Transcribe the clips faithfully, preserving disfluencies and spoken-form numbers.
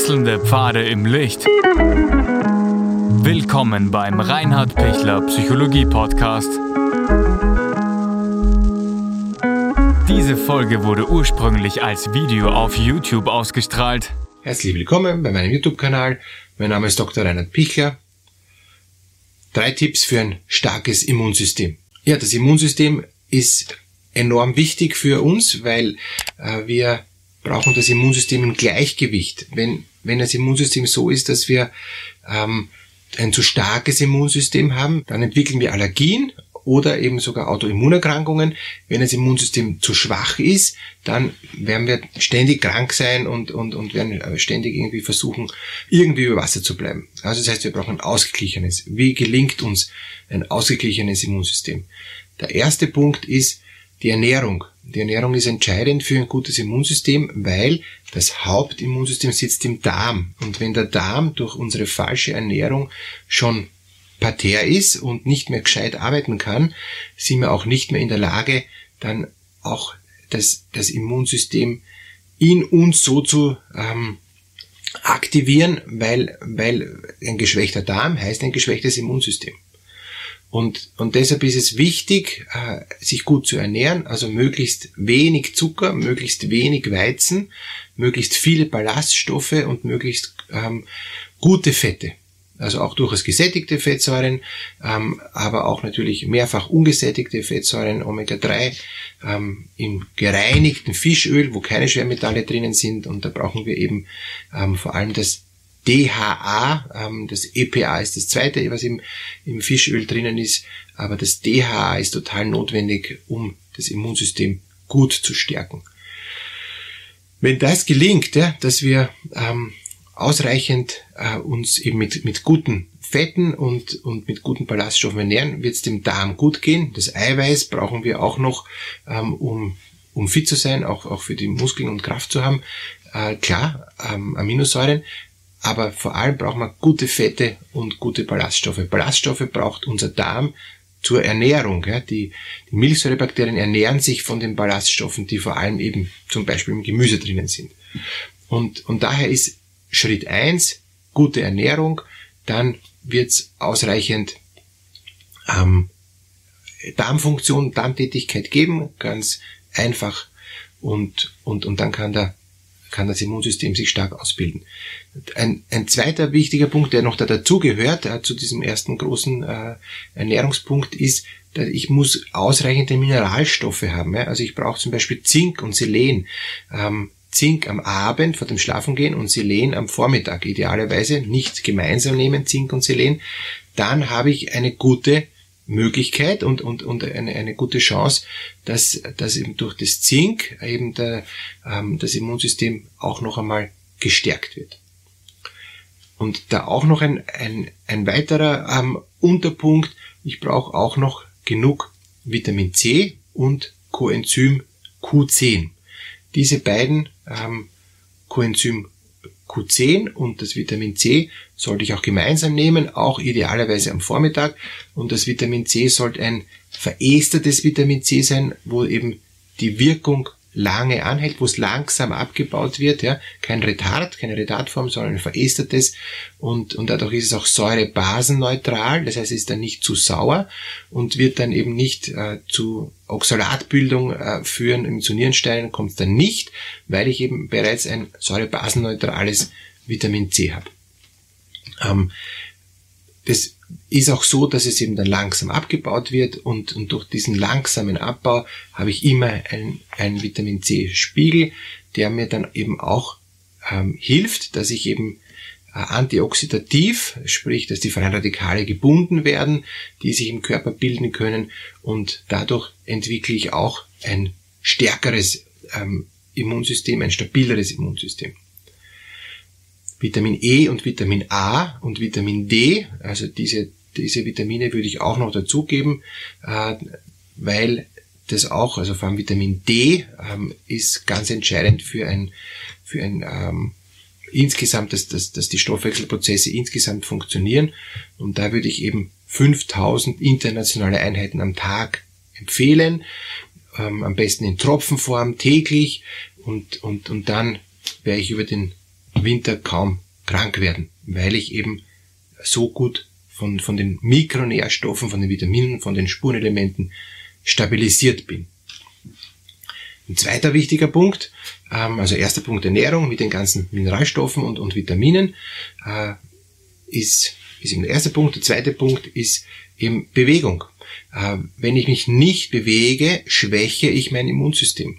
Wechselnde Pfade im Licht. Willkommen beim Reinhard Pichler Psychologie Podcast. Diese Folge wurde ursprünglich als Video auf YouTube ausgestrahlt. Herzlich willkommen bei meinem YouTube-Kanal. Mein Name ist Doktor Reinhard Pichler. Drei Tipps für ein starkes Immunsystem. Ja, das Immunsystem ist enorm wichtig für uns, weil äh, wir brauchen das Immunsystem im Gleichgewicht. Wenn, wenn das Immunsystem so ist, dass wir ähm, ein zu starkes Immunsystem haben, dann entwickeln wir Allergien oder eben sogar Autoimmunerkrankungen. Wenn das Immunsystem zu schwach ist, dann werden wir ständig krank sein und, und, und werden ständig irgendwie versuchen, irgendwie über Wasser zu bleiben. Also das heißt, wir brauchen ein ausgeglichenes. Wie gelingt uns ein ausgeglichenes Immunsystem? Der erste Punkt ist die Ernährung. Die Ernährung ist entscheidend für ein gutes Immunsystem, weil das Hauptimmunsystem sitzt im Darm. Und wenn der Darm durch unsere falsche Ernährung schon parterre ist und nicht mehr gescheit arbeiten kann, sind wir auch nicht mehr in der Lage, dann auch das, das Immunsystem in uns so zu ähm, aktivieren, weil, weil ein geschwächter Darm heißt ein geschwächtes Immunsystem. Und, und deshalb ist es wichtig, äh, sich gut zu ernähren, also möglichst wenig Zucker, möglichst wenig Weizen, möglichst viele Ballaststoffe und möglichst ähm, gute Fette. Also auch durchaus gesättigte Fettsäuren, ähm, aber auch natürlich mehrfach ungesättigte Fettsäuren, Omega drei, ähm, im gereinigten Fischöl, wo keine Schwermetalle drinnen sind. Und da brauchen wir eben ähm, vor allem das D H A, ähm, das E P A ist das zweite, was im, im Fischöl drinnen ist, aber das D H A ist total notwendig, um das Immunsystem gut zu stärken. Wenn das gelingt, ja, dass wir ähm, ausreichend äh, uns eben mit, mit guten Fetten und, und mit guten Ballaststoffen ernähren, wird es dem Darm gut gehen. Das Eiweiß brauchen wir auch noch, ähm, um, um fit zu sein, auch, auch für die Muskeln und Kraft zu haben. Äh, klar, ähm, Aminosäuren. Aber vor allem braucht man gute Fette und gute Ballaststoffe. Ballaststoffe braucht unser Darm zur Ernährung. Ja. Die, die Milchsäurebakterien ernähren sich von den Ballaststoffen, die vor allem eben zum Beispiel im Gemüse drinnen sind. Und, und daher ist Schritt eins gute Ernährung, dann wird's ausreichend ähm, Darmfunktion, Darmtätigkeit geben, ganz einfach. Und, und, und dann kann der kann das Immunsystem sich stark ausbilden. Ein, ein zweiter wichtiger Punkt, der noch da dazugehört, äh, zu diesem ersten großen äh, Ernährungspunkt, ist, dass ich muss ausreichende Mineralstoffe haben. Ja? Also ich brauche zum Beispiel Zink und Selen. Ähm, Zink am Abend vor dem Schlafengehen und Selen am Vormittag. Idealerweise nicht gemeinsam nehmen, Zink und Selen. Dann habe ich eine gute Möglichkeit und, und, und eine, eine gute Chance, dass, dass eben durch das Zink eben der, ähm, das Immunsystem auch noch einmal gestärkt wird. Und da auch noch ein, ein, ein weiterer ähm, Unterpunkt, ich brauche auch noch genug Vitamin C und Coenzym Q zehn. Diese beiden ähm, Coenzym Q zehn und das Vitamin C sollte ich auch gemeinsam nehmen, auch idealerweise am Vormittag. Und das Vitamin C sollte ein verestertes Vitamin C sein, wo eben die Wirkung lange anhält, wo es langsam abgebaut wird. Ja, kein Retard, keine Retardform, sondern ein verestertes. Und, und dadurch ist es auch säurebasenneutral, das heißt, es ist dann nicht zu sauer und wird dann eben nicht äh, zu Oxalatbildung äh, führen. Zu Nierensteinen kommt es dann nicht, weil ich eben bereits ein säurebasenneutrales Vitamin C habe. Ähm, das ist auch so, dass es eben dann langsam abgebaut wird und, und durch diesen langsamen Abbau habe ich immer einen, einen Vitamin C-Spiegel, der mir dann eben auch ähm, hilft, dass ich eben äh, antioxidativ, sprich, dass die freien Radikale gebunden werden, die sich im Körper bilden können und dadurch entwickle ich auch ein stärkeres ähm, Immunsystem, ein stabileres Immunsystem. Vitamin E und Vitamin A und Vitamin D, also diese, diese Vitamine würde ich auch noch dazugeben, äh, weil das auch, also vor allem Vitamin D ähm, ist ganz entscheidend für ein, für ein ähm, insgesamt, dass, dass, dass die Stoffwechselprozesse insgesamt funktionieren. Und da würde ich eben fünftausend internationale Einheiten am Tag empfehlen, ähm, am besten in Tropfenform täglich und, und, und dann werde ich über den im Winter kaum krank werden, weil ich eben so gut von, von den Mikronährstoffen, von den Vitaminen, von den Spurenelementen stabilisiert bin. Ein zweiter wichtiger Punkt, ähm, also erster Punkt Ernährung mit den ganzen Mineralstoffen und, und Vitaminen, äh, ist, ist eben der erste Punkt. Der zweite Punkt ist eben Bewegung. Äh, wenn ich mich nicht bewege, schwäche ich mein Immunsystem.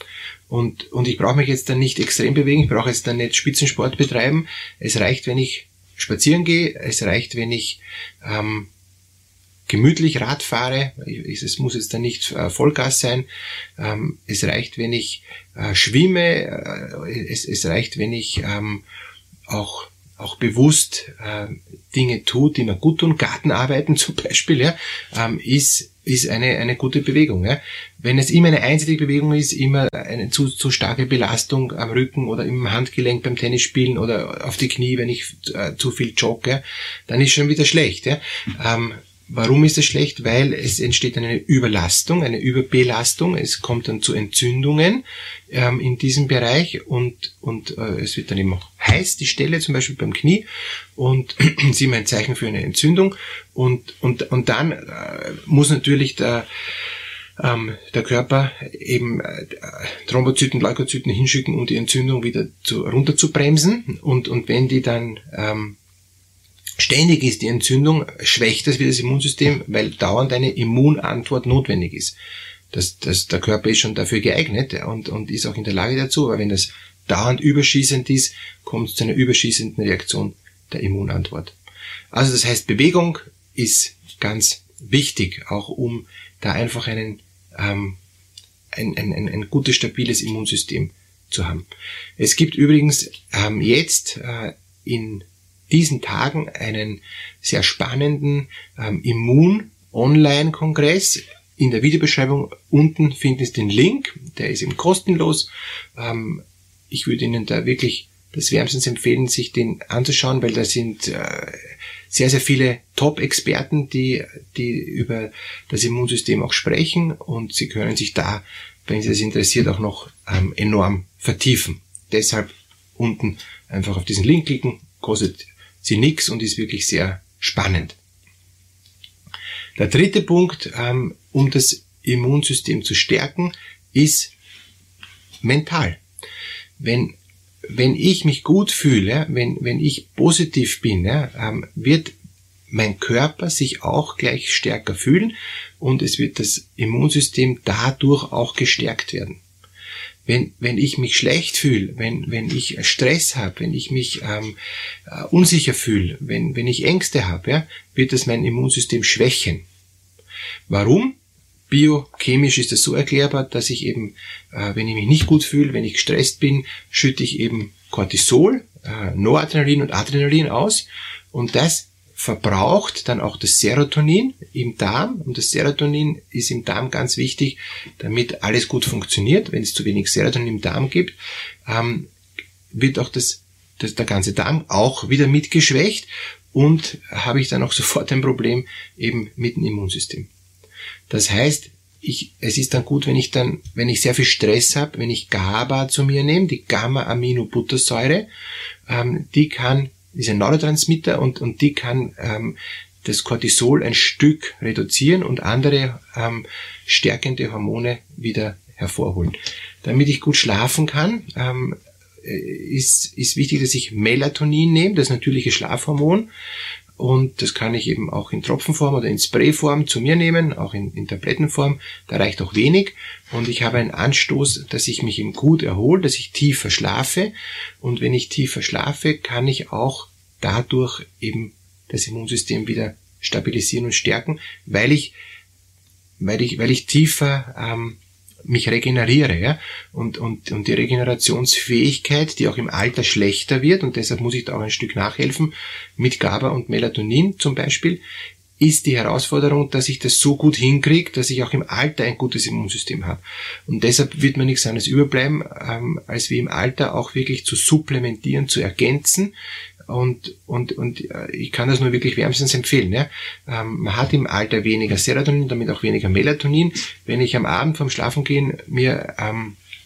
Und, und ich brauche mich jetzt dann nicht extrem bewegen, ich brauche jetzt dann nicht Spitzensport betreiben. Es reicht, wenn ich spazieren gehe, es reicht, wenn ich ähm, gemütlich Rad fahre, es muss jetzt dann nicht äh, Vollgas sein, ähm, es reicht, wenn ich äh, schwimme, äh, es, es reicht, wenn ich ähm, auch auch bewusst äh, Dinge tut, die mir gut tun, Gartenarbeiten zum Beispiel, ja, ähm, ist ist eine eine gute Bewegung. Ja. Wenn es immer eine einseitige Bewegung ist, immer eine zu zu starke Belastung am Rücken oder im Handgelenk beim Tennisspielen oder auf die Knie, wenn ich äh, zu viel jogge, ja, dann ist schon wieder schlecht. Ja. Ähm, Warum ist das schlecht? Weil es entsteht eine Überlastung, eine Überbelastung. Es kommt dann zu Entzündungen ähm, in diesem Bereich und und äh, es wird dann eben auch heiß, die Stelle zum Beispiel beim Knie, und ist immer ein Zeichen für eine Entzündung. Und und und dann äh, muss natürlich der ähm, der Körper eben äh, Thrombozyten, Leukozyten hinschicken, um die Entzündung wieder zu, runter zu bremsen. Und und wenn die dann ähm, ständig ist, die Entzündung, schwächt das wieder das Immunsystem, weil dauernd eine Immunantwort notwendig ist. Das, das, der Körper ist schon dafür geeignet und, und ist auch in der Lage dazu, aber wenn das dauernd überschießend ist, kommt es zu einer überschießenden Reaktion der Immunantwort. Also das heißt, Bewegung ist ganz wichtig, auch um da einfach einen, ähm, ein, ein, ein, ein gutes, stabiles Immunsystem zu haben. Es gibt übrigens ähm, jetzt äh, in diesen Tagen einen sehr spannenden ähm, Immun-Online-Kongress. In der Videobeschreibung unten finden Sie den Link, der ist eben kostenlos. Ähm, ich würde Ihnen da wirklich das wärmstens empfehlen, sich den anzuschauen, weil da sind äh, sehr, sehr viele Top-Experten, die, die über das Immunsystem auch sprechen, und Sie können sich da, wenn Sie das interessiert, auch noch ähm, enorm vertiefen. Deshalb unten einfach auf diesen Link klicken, kostet sie nix und ist wirklich sehr spannend. Der dritte Punkt, ähm, um das Immunsystem zu stärken, ist mental. Wenn, wenn ich mich gut fühle, wenn, wenn ich positiv bin, ja, ähm, wird mein Körper sich auch gleich stärker fühlen und es wird das Immunsystem dadurch auch gestärkt werden. Wenn, wenn ich mich schlecht fühle, wenn, wenn ich Stress habe, wenn ich mich ähm, uh, unsicher fühle, wenn, wenn ich Ängste habe, ja, wird das mein Immunsystem schwächen. Warum? Biochemisch ist das so erklärbar, dass ich eben, äh, wenn ich mich nicht gut fühle, wenn ich gestresst bin, schütte ich eben Cortisol, äh, Noradrenalin und Adrenalin aus, und das verbraucht dann auch das Serotonin im Darm, und das Serotonin ist im Darm ganz wichtig, damit alles gut funktioniert. Wenn es zu wenig Serotonin im Darm gibt, ähm, wird auch das, das, der ganze Darm auch wieder mitgeschwächt, und habe ich dann auch sofort ein Problem eben mit dem Immunsystem. Das heißt, ich, es ist dann gut, wenn ich dann, wenn ich sehr viel Stress habe, wenn ich GABA zu mir nehme, die Gamma-Aminobuttersäure, ähm, die kann ist ein Neurotransmitter und, und die kann ähm, das Cortisol ein Stück reduzieren und andere ähm, stärkende Hormone wieder hervorholen. Damit ich gut schlafen kann, ähm, ist, ist wichtig, dass ich Melatonin nehme, das natürliche Schlafhormon, und das kann ich eben auch in Tropfenform oder in Sprayform zu mir nehmen, auch in, in Tablettenform. Da reicht auch wenig, und ich habe einen Anstoß, dass ich mich eben gut erhole, dass ich tiefer schlafe, und wenn ich tiefer schlafe, kann ich auch dadurch eben das Immunsystem wieder stabilisieren und stärken, weil ich, weil ich, weil ich tiefer ähm, mich regeneriere, ja, und, und, und die Regenerationsfähigkeit, die auch im Alter schlechter wird, und deshalb muss ich da auch ein Stück nachhelfen, mit GABA und Melatonin zum Beispiel, ist die Herausforderung, dass ich das so gut hinkriege, dass ich auch im Alter ein gutes Immunsystem habe. Und deshalb wird mir nichts anderes überbleiben, ähm, als wie im Alter auch wirklich zu supplementieren, zu ergänzen. Und, und, und ich kann das nur wirklich wärmstens empfehlen. Ja. Ähm, man hat im Alter weniger Serotonin, damit auch weniger Melatonin. Wenn ich am Abend vorm Schlafengehen mir ähm,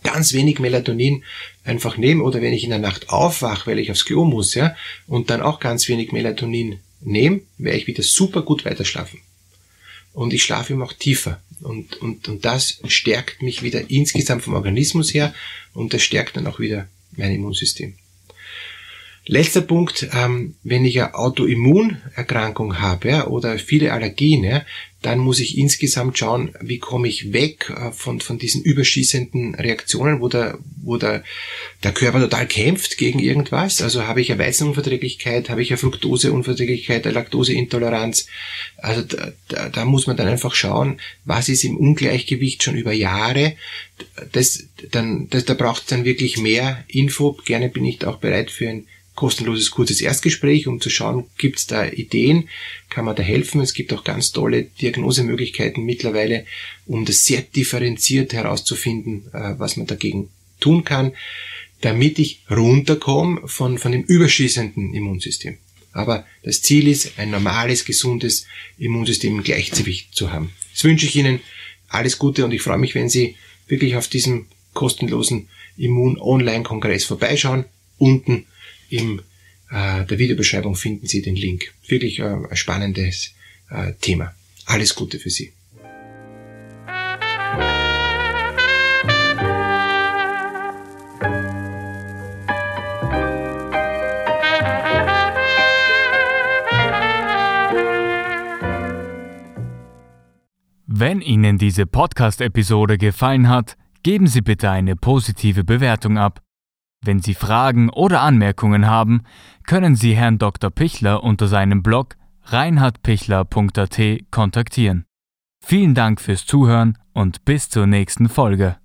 ganz wenig Melatonin einfach nehme oder wenn ich in der Nacht aufwache, weil ich aufs Klo muss, ja, und dann auch ganz wenig Melatonin nehme, werde ich wieder super gut weiterschlafen. Und ich schlafe immer auch tiefer. Und, und, und das stärkt mich wieder insgesamt vom Organismus her und das stärkt dann auch wieder mein Immunsystem. Letzter Punkt, ähm, wenn ich eine Autoimmunerkrankung habe ja, oder viele Allergien, ja, dann muss ich insgesamt schauen, wie komme ich weg äh, von, von diesen überschießenden Reaktionen, wo, der, wo der, der Körper total kämpft gegen irgendwas. Also habe ich eine Weizenunverträglichkeit, habe ich eine Fructoseunverträglichkeit, eine Laktoseintoleranz. Also da, da, da muss man dann einfach schauen, was ist im Ungleichgewicht schon über Jahre. Das, dann, das, da braucht es dann wirklich mehr Info. Gerne bin ich da auch bereit für ein kostenloses kurzes Erstgespräch, um zu schauen, gibt es da Ideen, kann man da helfen. Es gibt auch ganz tolle Diagnosemöglichkeiten mittlerweile, um das sehr differenziert herauszufinden, was man dagegen tun kann, damit ich runterkomme von, von dem überschießenden Immunsystem. Aber das Ziel ist, ein normales, gesundes Immunsystem im Gleichgewicht zu haben. Das wünsche ich Ihnen alles Gute und ich freue mich, wenn Sie wirklich auf diesem kostenlosen Immun-Online-Kongress vorbeischauen. Unten in äh, der Videobeschreibung finden Sie den Link. Wirklich äh, ein spannendes äh, Thema. Alles Gute für Sie. Wenn Ihnen diese Podcast-Episode gefallen hat, geben Sie bitte eine positive Bewertung ab. Wenn Sie Fragen oder Anmerkungen haben, können Sie Herrn Doktor Pichler unter seinem Blog reinhard pichler punkt a t kontaktieren. Vielen Dank fürs Zuhören und bis zur nächsten Folge.